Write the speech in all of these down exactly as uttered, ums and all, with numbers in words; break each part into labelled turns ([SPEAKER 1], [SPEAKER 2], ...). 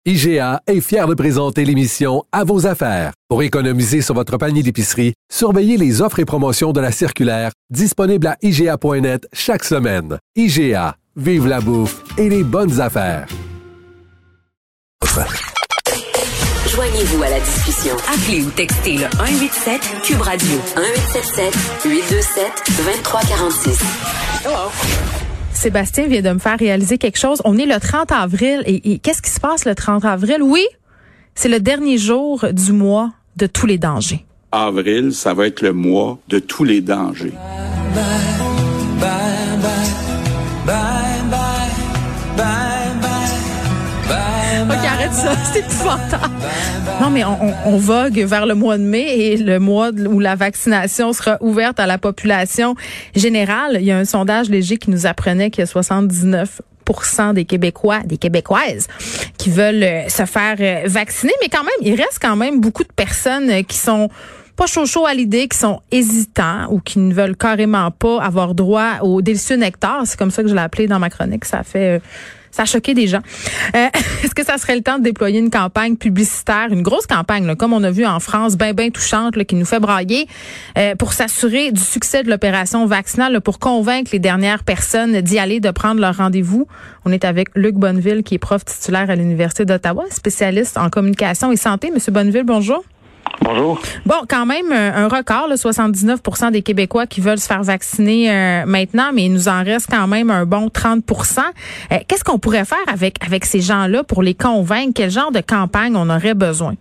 [SPEAKER 1] I G A est fier de présenter l'émission À vos affaires. Pour économiser sur votre panier d'épicerie, surveillez les offres et promotions de la circulaire disponible à I G A point net chaque semaine. I G A, vive la bouffe et les bonnes affaires.
[SPEAKER 2] Joignez-vous à la discussion. Appelez ou textez le un huit sept Cube Radio un huit sept sept huit deux sept deux trois quatre six. Hello.
[SPEAKER 3] Sébastien vient de me faire réaliser quelque chose. On est le trente avril et, et qu'est-ce qui se passe le trente avril? Oui, c'est le dernier jour du mois de tous les dangers.
[SPEAKER 4] Avril, ça va être le mois de tous les dangers.
[SPEAKER 5] Bye, bye, bye, bye, bye, bye, bye, bye.
[SPEAKER 3] OK, arrête ça, c'est épouvantable. Non, mais on, on, on vogue vers le mois de mai et le mois où la vaccination sera ouverte à la population générale. Il y a un sondage léger qui nous apprenait qu'il y a soixante-dix-neuf pour cent des Québécois, des Québécoises qui veulent se faire vacciner. Mais quand même, il reste quand même beaucoup de personnes qui sont pas chaud chaud à l'idée, qui sont hésitants ou qui ne veulent carrément pas avoir droit au délicieux nectar. C'est comme ça que je l'ai appelé dans ma chronique. Ça fait... Euh, Ça a choqué des gens. Euh, est-ce que ça serait le temps de déployer une campagne publicitaire, une grosse campagne, là, comme on a vu en France, bien, bien touchante, là, qui nous fait brailler, euh, pour s'assurer du succès de l'opération vaccinale, là, pour convaincre les dernières personnes d'y aller, de prendre leur rendez-vous? On est avec Luc Bonneville, qui est prof titulaire à l'Université d'Ottawa, spécialiste en communication et santé. Monsieur Bonneville, bonjour.
[SPEAKER 6] Bonjour. Bon,
[SPEAKER 3] quand même, un record, là, soixante-dix-neuf pour cent des Québécois qui veulent se faire vacciner euh, maintenant, mais il nous en reste quand même un bon trente pour cent. Euh, qu'est-ce qu'on pourrait faire avec, avec ces gens-là pour les convaincre? Quel genre de campagne on aurait besoin?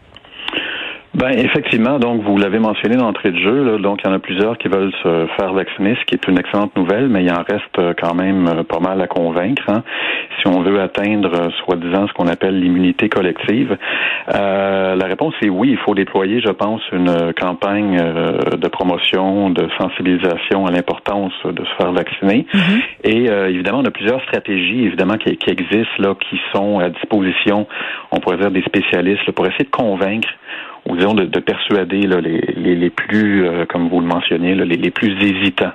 [SPEAKER 6] Ben effectivement, donc vous l'avez mentionné d'entrée de jeu, là, donc il y en a plusieurs qui veulent se faire vacciner, ce qui est une excellente nouvelle, mais il en reste quand même pas mal à convaincre, hein, si on veut atteindre, soi-disant, ce qu'on appelle l'immunité collective. Euh, la réponse est oui, il faut déployer, je pense, une campagne euh, de promotion, de sensibilisation à l'importance de se faire vacciner. Mm-hmm. Et euh, évidemment, on a plusieurs stratégies, évidemment, qui, qui existent, là, qui sont à disposition, on pourrait dire, des spécialistes, là, pour essayer de convaincre ou disons de, de persuader là, les, les, les plus, euh, comme vous le mentionniez, là, les, les plus hésitants.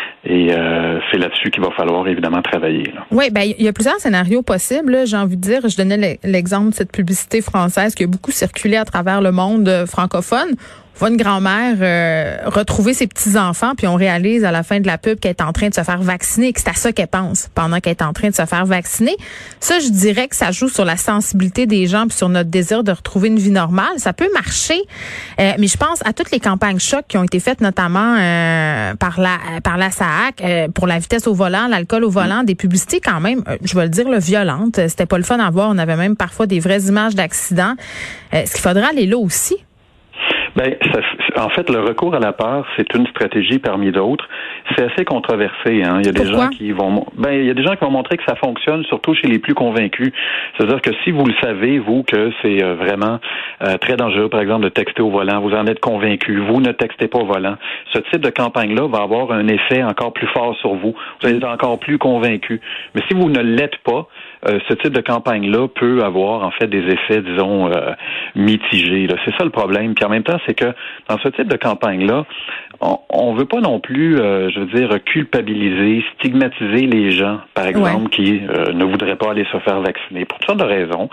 [SPEAKER 6] Et euh, c'est là-dessus qu'il va falloir évidemment travailler. Là.
[SPEAKER 3] Oui, ben il y a plusieurs scénarios possibles. Là, j'ai envie de dire, je donnais l'exemple de cette publicité française qui a beaucoup circulé à travers le monde francophone. On voit une grand-mère euh, retrouver ses petits-enfants, puis on réalise à la fin de la pub qu'elle est en train de se faire vacciner, que c'est à ça qu'elle pense pendant qu'elle est en train de se faire vacciner. Ça, je dirais que ça joue sur la sensibilité des gens puis sur notre désir de retrouver une vie normale. Ça peut marcher, euh, mais je pense à toutes les campagnes choc qui ont été faites notamment euh, par la par la S A A C euh, pour la vitesse au volant, l'alcool au volant, des publicités quand même, euh, je vais le dire, là, violentes. C'était pas le fun à voir. On avait même parfois des vraies images d'accidents. Euh, est-ce qu'il faudra aller là aussi?
[SPEAKER 6] Ben, ça, en fait, le recours à la peur, c'est une stratégie parmi d'autres. C'est assez controversé, hein. Il y a des
[SPEAKER 3] Pourquoi?
[SPEAKER 6] gens qui vont, ben, il y a des gens qui vont montrer que ça fonctionne, surtout chez les plus convaincus. C'est-à-dire que si vous le savez, vous, que c'est euh, vraiment euh, très dangereux, par exemple, de texter au volant, vous en êtes convaincu, vous ne textez pas au volant. Ce type de campagne-là va avoir un effet encore plus fort sur vous. Vous allez être encore plus convaincu. Mais si vous ne l'êtes pas, Euh, ce type de campagne-là peut avoir en fait des effets, disons, euh, mitigés. Là. C'est ça le problème. Puis en même temps, c'est que dans ce type de campagne-là, on ne veut pas non plus, euh, je veux dire, culpabiliser, stigmatiser les gens, par exemple, ouais. qui euh, ne voudraient pas aller se faire vacciner. Pour toutes sortes de raisons.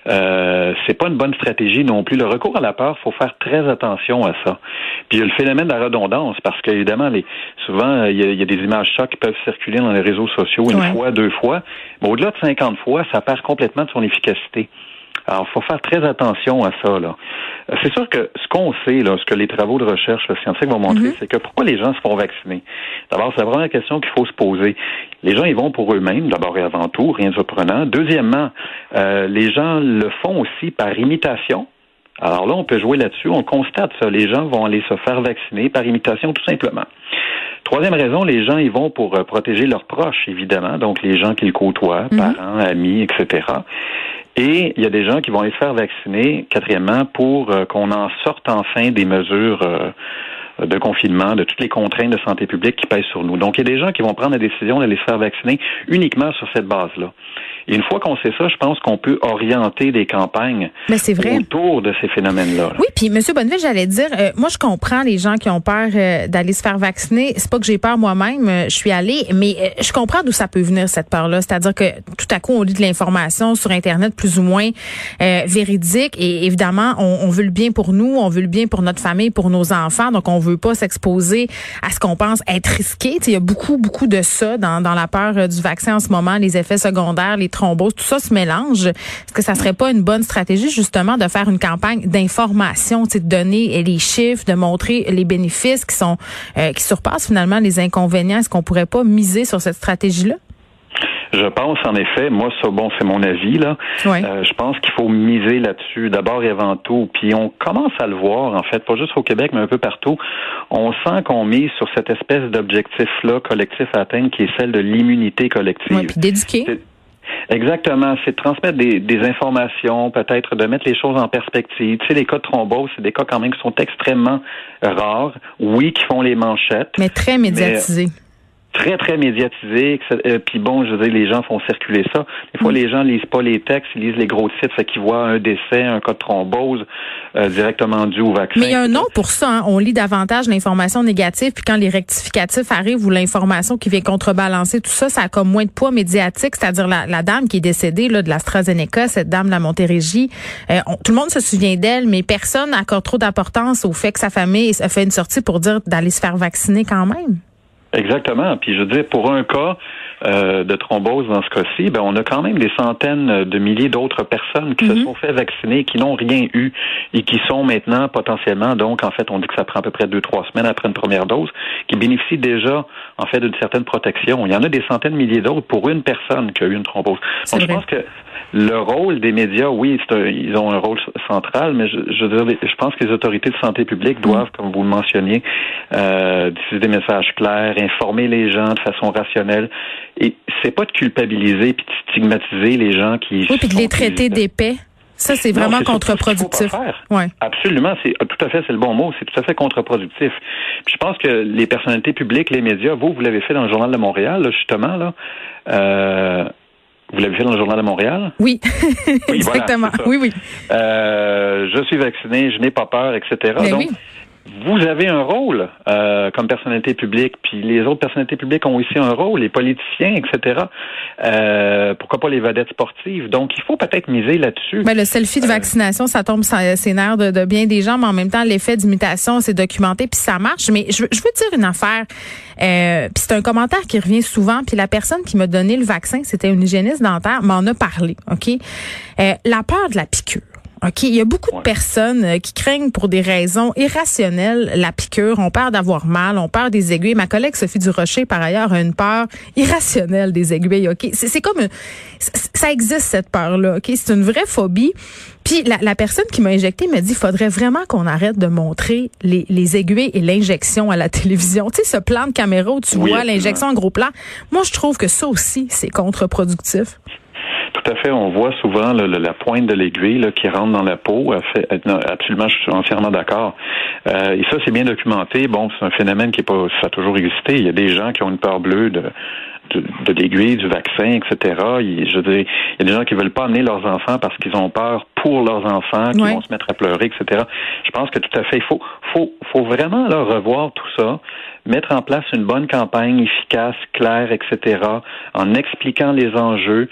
[SPEAKER 6] Euh, c'est pas une bonne stratégie non plus. Le recours à la peur, il faut faire très attention à ça. Puis il y a le phénomène de la redondance, parce qu'évidemment, les, souvent, il y, a, il y a des images chocs qui peuvent circuler dans les réseaux sociaux une ouais. fois, deux fois. Mais au-delà de cinquante fois, ça perd complètement de son efficacité. Alors, il faut faire très attention à ça, là. C'est sûr que ce qu'on sait, là, ce que les travaux de recherche scientifiques vont montrer, mm-hmm. c'est que pourquoi les gens se font vacciner? D'abord, c'est la première question qu'il faut se poser. Les gens, ils vont pour eux-mêmes, d'abord et avant tout, rien de surprenant. Deuxièmement, euh, les gens le font aussi par imitation. Alors là, on peut jouer là-dessus. On constate ça. Les gens vont aller se faire vacciner par imitation, tout simplement. Troisième raison, les gens, ils vont pour euh, protéger leurs proches, évidemment. Donc, les gens qu'ils côtoient, mm-hmm. parents, amis, et cetera. Et il y a des gens qui vont aller se faire vacciner, quatrièmement, pour euh, qu'on en sorte enfin des mesures euh, de confinement, de toutes les contraintes de santé publique qui pèsent sur nous. Donc, il y a des gens qui vont prendre la décision d'aller se faire vacciner uniquement sur cette base-là. Et une fois qu'on sait ça, je pense qu'on peut orienter des campagnes
[SPEAKER 3] Mais c'est vrai.
[SPEAKER 6] autour de ces phénomènes-là. Là.
[SPEAKER 3] Oui, puis M. Bonneville, j'allais dire, euh, moi je comprends les gens qui ont peur euh, d'aller se faire vacciner. C'est pas que j'ai peur moi-même, euh, je suis allée, mais euh, je comprends d'où ça peut venir cette peur-là. C'est-à-dire que tout à coup on lit de l'information sur Internet plus ou moins euh, véridique, et évidemment on, on veut le bien pour nous, on veut le bien pour notre famille, pour nos enfants, donc on veut pas s'exposer à ce qu'on pense être risqué. Il y a beaucoup, beaucoup de ça dans, dans la peur euh, du vaccin en ce moment, les effets secondaires, les thromboses, tout ça se mélange. Est-ce que ça serait pas une bonne stratégie justement de faire une campagne d'information, de donner les chiffres, de montrer les bénéfices qui sont euh, qui surpassent finalement les inconvénients? Est-ce qu'on pourrait pas miser sur cette stratégie-là?
[SPEAKER 6] Je pense en effet, moi ça bon c'est mon avis là.
[SPEAKER 3] Ouais.
[SPEAKER 6] Euh, je pense qu'il faut miser là-dessus d'abord et avant tout. Puis on commence à le voir en fait, pas juste au Québec mais un peu partout. On sent qu'on mise sur cette espèce d'objectif là collectif à atteindre qui est celle de l'immunité collective.
[SPEAKER 3] Ouais, puis d'éduquer.
[SPEAKER 6] C'est... Exactement, c'est de transmettre des, des informations, peut-être de mettre les choses en perspective. Tu sais, les cas de thrombose, c'est des cas quand même qui sont extrêmement rares, oui, qui font les manchettes.
[SPEAKER 3] Mais très médiatisés.
[SPEAKER 6] Mais très, très médiatisé. Euh, puis bon, je veux dire, les gens font circuler ça. Des fois, mmh. les gens lisent pas les textes, ils lisent les gros titres, fait qu'ils voient un décès, un cas de thrombose euh, directement dû au vaccin.
[SPEAKER 3] Mais il y a un nom pour ça. Hein. On lit davantage l'information négative, puis quand les rectificatifs arrivent ou l'information qui vient contrebalancer tout ça, ça a comme moins de poids médiatique. C'est-à-dire la, la dame qui est décédée là, de l'AstraZeneca, cette dame de la Montérégie, euh, on, tout le monde se souvient d'elle, mais personne n'accorde trop d'importance au fait que sa famille a fait une sortie pour dire d'aller se faire vacciner quand même.
[SPEAKER 6] Exactement. Puis je veux dire, pour un cas euh, de thrombose dans ce cas-ci, ben on a quand même des centaines de milliers d'autres personnes qui mm-hmm. se sont fait vacciner, qui n'ont rien eu et qui sont maintenant potentiellement, donc en fait, on dit que ça prend à peu près deux, trois semaines après une première dose, qui bénéficient déjà en fait d'une certaine protection. Il y en a des centaines de milliers d'autres pour une personne qui a eu une thrombose.
[SPEAKER 3] C'est
[SPEAKER 6] donc
[SPEAKER 3] vrai.
[SPEAKER 6] Je pense que le rôle des médias, oui, c'est un, ils ont un rôle central, mais je, je, veux dire, je pense que les autorités de santé publique doivent, mmh. comme vous le mentionniez, euh, diffuser des messages clairs, informer les gens de façon rationnelle. Et c'est pas de culpabiliser puis de stigmatiser les gens qui...
[SPEAKER 3] Oui, puis de les traiter d'épais. Ça, c'est vraiment non, c'est contre-productif.
[SPEAKER 6] Ouais. Absolument, c'est tout à fait, c'est le bon mot, c'est tout à fait contre-productif. Puis je pense que les personnalités publiques, les médias, vous, vous l'avez fait dans le Journal de Montréal, là, justement, là. Euh, Vous l'avez fait dans le Journal de Montréal?
[SPEAKER 3] Oui,
[SPEAKER 6] oui
[SPEAKER 3] exactement.
[SPEAKER 6] Voilà,
[SPEAKER 3] oui, oui.
[SPEAKER 6] Euh, je suis vacciné, je n'ai pas peur, et cetera.
[SPEAKER 3] Mais
[SPEAKER 6] Donc,
[SPEAKER 3] oui.
[SPEAKER 6] vous avez un rôle euh, comme personnalité publique, puis les autres personnalités publiques ont aussi un rôle, les politiciens, et cetera. Euh, pourquoi pas les vedettes sportives? Donc, il faut peut-être miser là-dessus.
[SPEAKER 3] Ben, le selfie de vaccination, ça tombe sur ses nerfs de, de bien des gens, mais en même temps, l'effet d'imitation, c'est documenté, puis ça marche. Mais je, je veux dire une affaire, euh, puis c'est un commentaire qui revient souvent, puis la personne qui m'a donné le vaccin, c'était une hygiéniste dentaire, m'en a parlé, OK? Euh, la peur de la piqûre. OK, il y a beaucoup de personnes euh, qui craignent pour des raisons irrationnelles la piqûre, ont peur d'avoir mal, ont peur des aiguilles. Ma collègue Sophie Durocher, par ailleurs, a une peur irrationnelle des aiguilles. OK, c'est, c'est comme une, ça existe cette peur-là. OK, c'est une vraie phobie. Puis la, la personne qui m'a injecté m'a dit, faudrait vraiment qu'on arrête de montrer les, les aiguilles et l'injection à la télévision. Tu sais, ce plan de caméra où tu oui, vois l'injection en gros plan. Moi, je trouve que ça aussi, c'est contre-productif.
[SPEAKER 6] Tout à fait. On voit souvent là, la pointe de l'aiguille là, qui rentre dans la peau. Absolument, je suis entièrement d'accord. Euh, et ça, c'est bien documenté. Bon, c'est un phénomène qui est pas, ça a toujours existé. Il y a des gens qui ont une peur bleue de de, de l'aiguille, du vaccin, et cetera. Il, je veux dire, il y a des gens qui veulent pas amener leurs enfants parce qu'ils ont peur pour leurs enfants, qui ouais. vont se mettre à pleurer, et cetera. Je pense que tout à fait, il faut, faut, faut vraiment là, revoir tout ça, mettre en place une bonne campagne efficace, claire, et cetera, en expliquant les enjeux,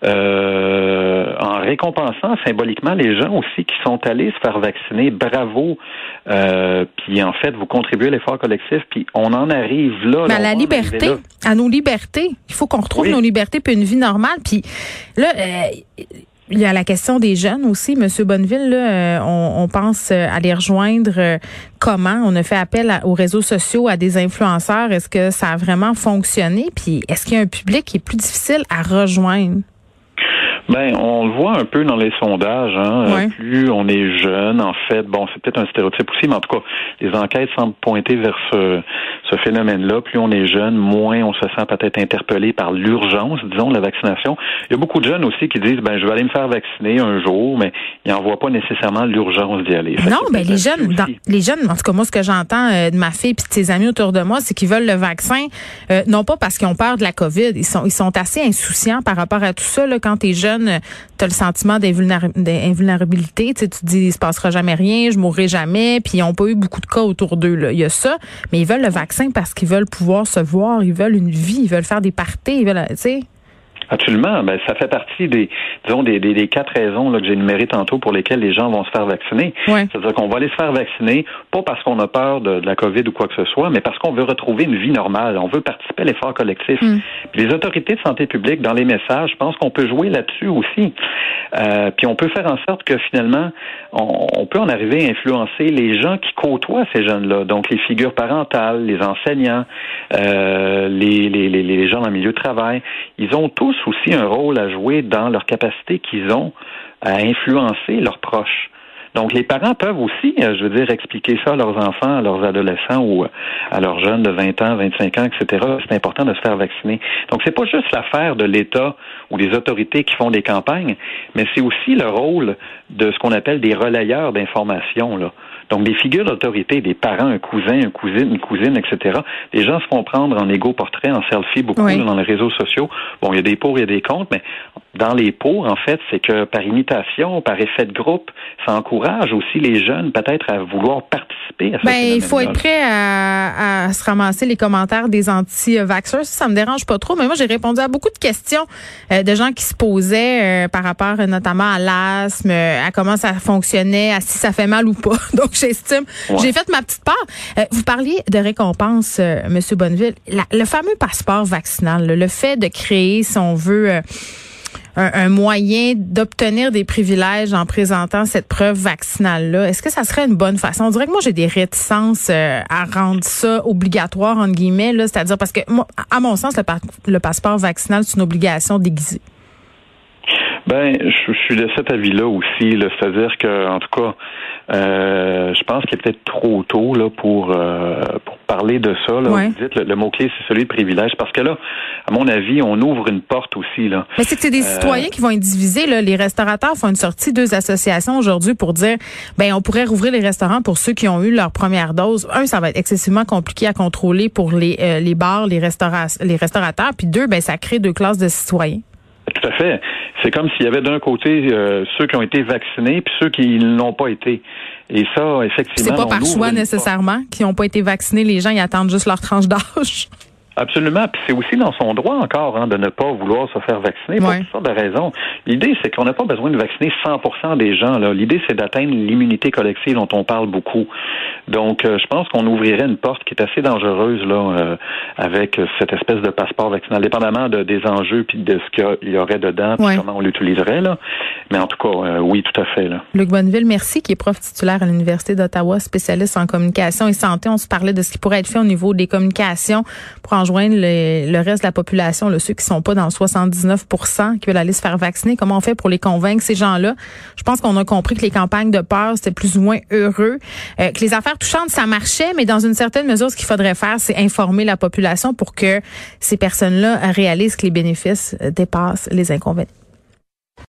[SPEAKER 6] euh, en récompensant symboliquement les gens aussi qui sont allés se faire vacciner. Bravo! Euh, puis en fait, vous contribuez à l'effort collectif, puis on en arrive là.
[SPEAKER 3] Mais
[SPEAKER 6] là
[SPEAKER 3] à la liberté, à nos libertés. Il faut qu'on retrouve oui. nos libertés puis une vie normale. Puis là, euh, il y a la question des jeunes aussi. Monsieur Bonneville, là, euh, on, on pense à les rejoindre. Euh, comment? On a fait appel à, aux réseaux sociaux, à des influenceurs. Est-ce que ça a vraiment fonctionné? Puis est-ce qu'il y a un public qui est plus difficile à rejoindre?
[SPEAKER 6] Ben, on le voit un peu dans les sondages. Hein.
[SPEAKER 3] Ouais.
[SPEAKER 6] Plus on est jeune, en fait, bon, c'est peut-être un stéréotype aussi, mais en tout cas, les enquêtes semblent pointer vers ce, ce phénomène-là. Plus on est jeune, moins on se sent peut-être interpellé par l'urgence, disons, de la vaccination. Il y a beaucoup de jeunes aussi qui disent, ben, je vais aller me faire vacciner un jour, mais ils n'en voient pas nécessairement l'urgence d'y aller. Fait
[SPEAKER 3] non, ben les jeunes,
[SPEAKER 6] aussi.
[SPEAKER 3] dans, les jeunes, en tout cas moi, ce que j'entends euh, de ma fille et de ses amis autour de moi, c'est qu'ils veulent le vaccin, euh, non pas parce qu'ils ont peur de la COVID, ils sont, ils sont assez insouciants par rapport à tout ça. Là, quand t'es jeune, t'as le sentiment d'invulnéra- d'invulnérabilité. Tu sais, tu te dis, il se passera jamais rien, je mourrai jamais. Puis ils n'ont pas eu beaucoup de cas autour d'eux. Là. Il y a ça, mais ils veulent le vaccin parce qu'ils veulent pouvoir se voir, ils veulent une vie, ils veulent faire des parties, ils veulent, tu sais.
[SPEAKER 6] Absolument. Ben, ça fait partie des, disons, des, des, des quatre raisons là, que j'ai énumérées tantôt pour lesquelles les gens vont se faire vacciner.
[SPEAKER 3] Ouais.
[SPEAKER 6] C'est-à-dire qu'on va aller se faire vacciner, pas parce qu'on a peur de, de la COVID ou quoi que ce soit, mais parce qu'on veut retrouver une vie normale. On veut participer à l'effort collectif. Mm. Puis les autorités de santé publique, dans les messages, je pense qu'on peut jouer là-dessus aussi. Euh, puis on peut faire en sorte que finalement, on, on peut en arriver à influencer les gens qui côtoient ces jeunes-là. Donc les figures parentales, les enseignants, euh, les, les, les, les gens dans le milieu de travail. Ils ont tous aussi un rôle à jouer dans leur capacité qu'ils ont à influencer leurs proches. Donc, les parents peuvent aussi, je veux dire, expliquer ça à leurs enfants, à leurs adolescents ou à leurs jeunes de vingt ans, vingt-cinq ans, et cetera. C'est important de se faire vacciner. Donc, c'est pas juste l'affaire de l'État ou des autorités qui font des campagnes, mais c'est aussi le rôle de ce qu'on appelle des relayeurs d'informations, là. Donc, des figures d'autorité, des parents, un cousin, une cousine, une cousine, et cetera. Les gens se font prendre en égo-portrait, en selfie, beaucoup oui. là, dans les réseaux sociaux. Bon, il y a des pour, il y a des contre, mais dans les pour, en fait, c'est que par imitation, par effet de groupe, ça encourage aussi les jeunes peut-être à vouloir participer à ce
[SPEAKER 3] ben, il faut être prêt à, à se ramasser les commentaires des anti-vaxxers. Ça, ça me dérange pas trop, mais moi, j'ai répondu à beaucoup de questions euh, de gens qui se posaient euh, par rapport euh, notamment à l'asthme, à comment ça fonctionnait, à si ça fait mal ou pas. Donc, j'estime. Ouais. J'ai fait ma petite part. Euh, vous parliez de récompense, euh, M. Bonneville. La, le fameux passeport vaccinal, là, le fait de créer, si on veut, euh, un, un moyen d'obtenir des privilèges en présentant cette preuve vaccinale-là, est-ce que ça serait une bonne façon? On dirait que moi, j'ai des réticences euh, à rendre ça obligatoire, entre guillemets, là, c'est-à-dire parce que, moi, à mon sens, le, par- le passeport vaccinal, c'est une obligation déguisée.
[SPEAKER 6] Ben, je, je suis de cet avis-là aussi, là, c'est-à-dire que, en tout cas, euh, je pense qu'il est peut-être trop tôt là pour euh, pour parler de ça. Là.
[SPEAKER 3] Ouais.
[SPEAKER 6] Vous dites le, le mot-clé, c'est celui de privilège, parce que là, à mon avis, on ouvre une porte aussi là.
[SPEAKER 3] Mais c'est que c'est des euh, citoyens qui vont être divisés. Là. Les restaurateurs font une sortie, deux associations aujourd'hui pour dire, ben, on pourrait rouvrir les restaurants pour ceux qui ont eu leur première dose. Un, ça va être excessivement compliqué à contrôler pour les euh, les bars, les restaurants, les restaurateurs. Puis deux, ben, ça crée deux classes de citoyens.
[SPEAKER 6] Tout à fait. C'est comme s'il y avait d'un côté euh, ceux qui ont été vaccinés puis ceux qui ne l'ont pas été. Et ça, effectivement,
[SPEAKER 3] c'est pas par choix nécessairement qui n'ont pas été vaccinés. Les gens, ils attendent juste leur tranche d'âge.
[SPEAKER 6] Absolument. Puis c'est aussi dans son droit encore hein, de ne pas vouloir se faire vacciner pour
[SPEAKER 3] ouais.
[SPEAKER 6] toutes sortes de raisons. L'idée, c'est qu'on n'a pas besoin de vacciner cent pour cent des gens. Là. L'idée, c'est d'atteindre l'immunité collective dont on parle beaucoup. Donc, euh, je pense qu'on ouvrirait une porte qui est assez dangereuse là, euh, avec cette espèce de passeport vaccinal, dépendamment de, des enjeux puis de ce qu'il y aurait dedans, puis ouais. comment on l'utiliserait. Là. Mais en tout cas, euh, oui, tout à fait. Là.
[SPEAKER 3] Luc Bonneville, merci, qui est prof titulaire à l'Université d'Ottawa, spécialiste en communication et santé. On se parlait de ce qui pourrait être fait au niveau des communications pour enjoindre le, le reste de la population, là, ceux qui sont pas dans le soixante-dix-neuf pour cent qui veulent aller se faire vacciner. Comment on fait pour les convaincre, ces gens-là? Je pense qu'on a compris que les campagnes de peur, c'était plus ou moins heureux. Euh, que les affaires touchantes, ça marchait, mais dans une certaine mesure, ce qu'il faudrait faire, c'est informer la population pour que ces personnes-là réalisent que les bénéfices dépassent les inconvénients.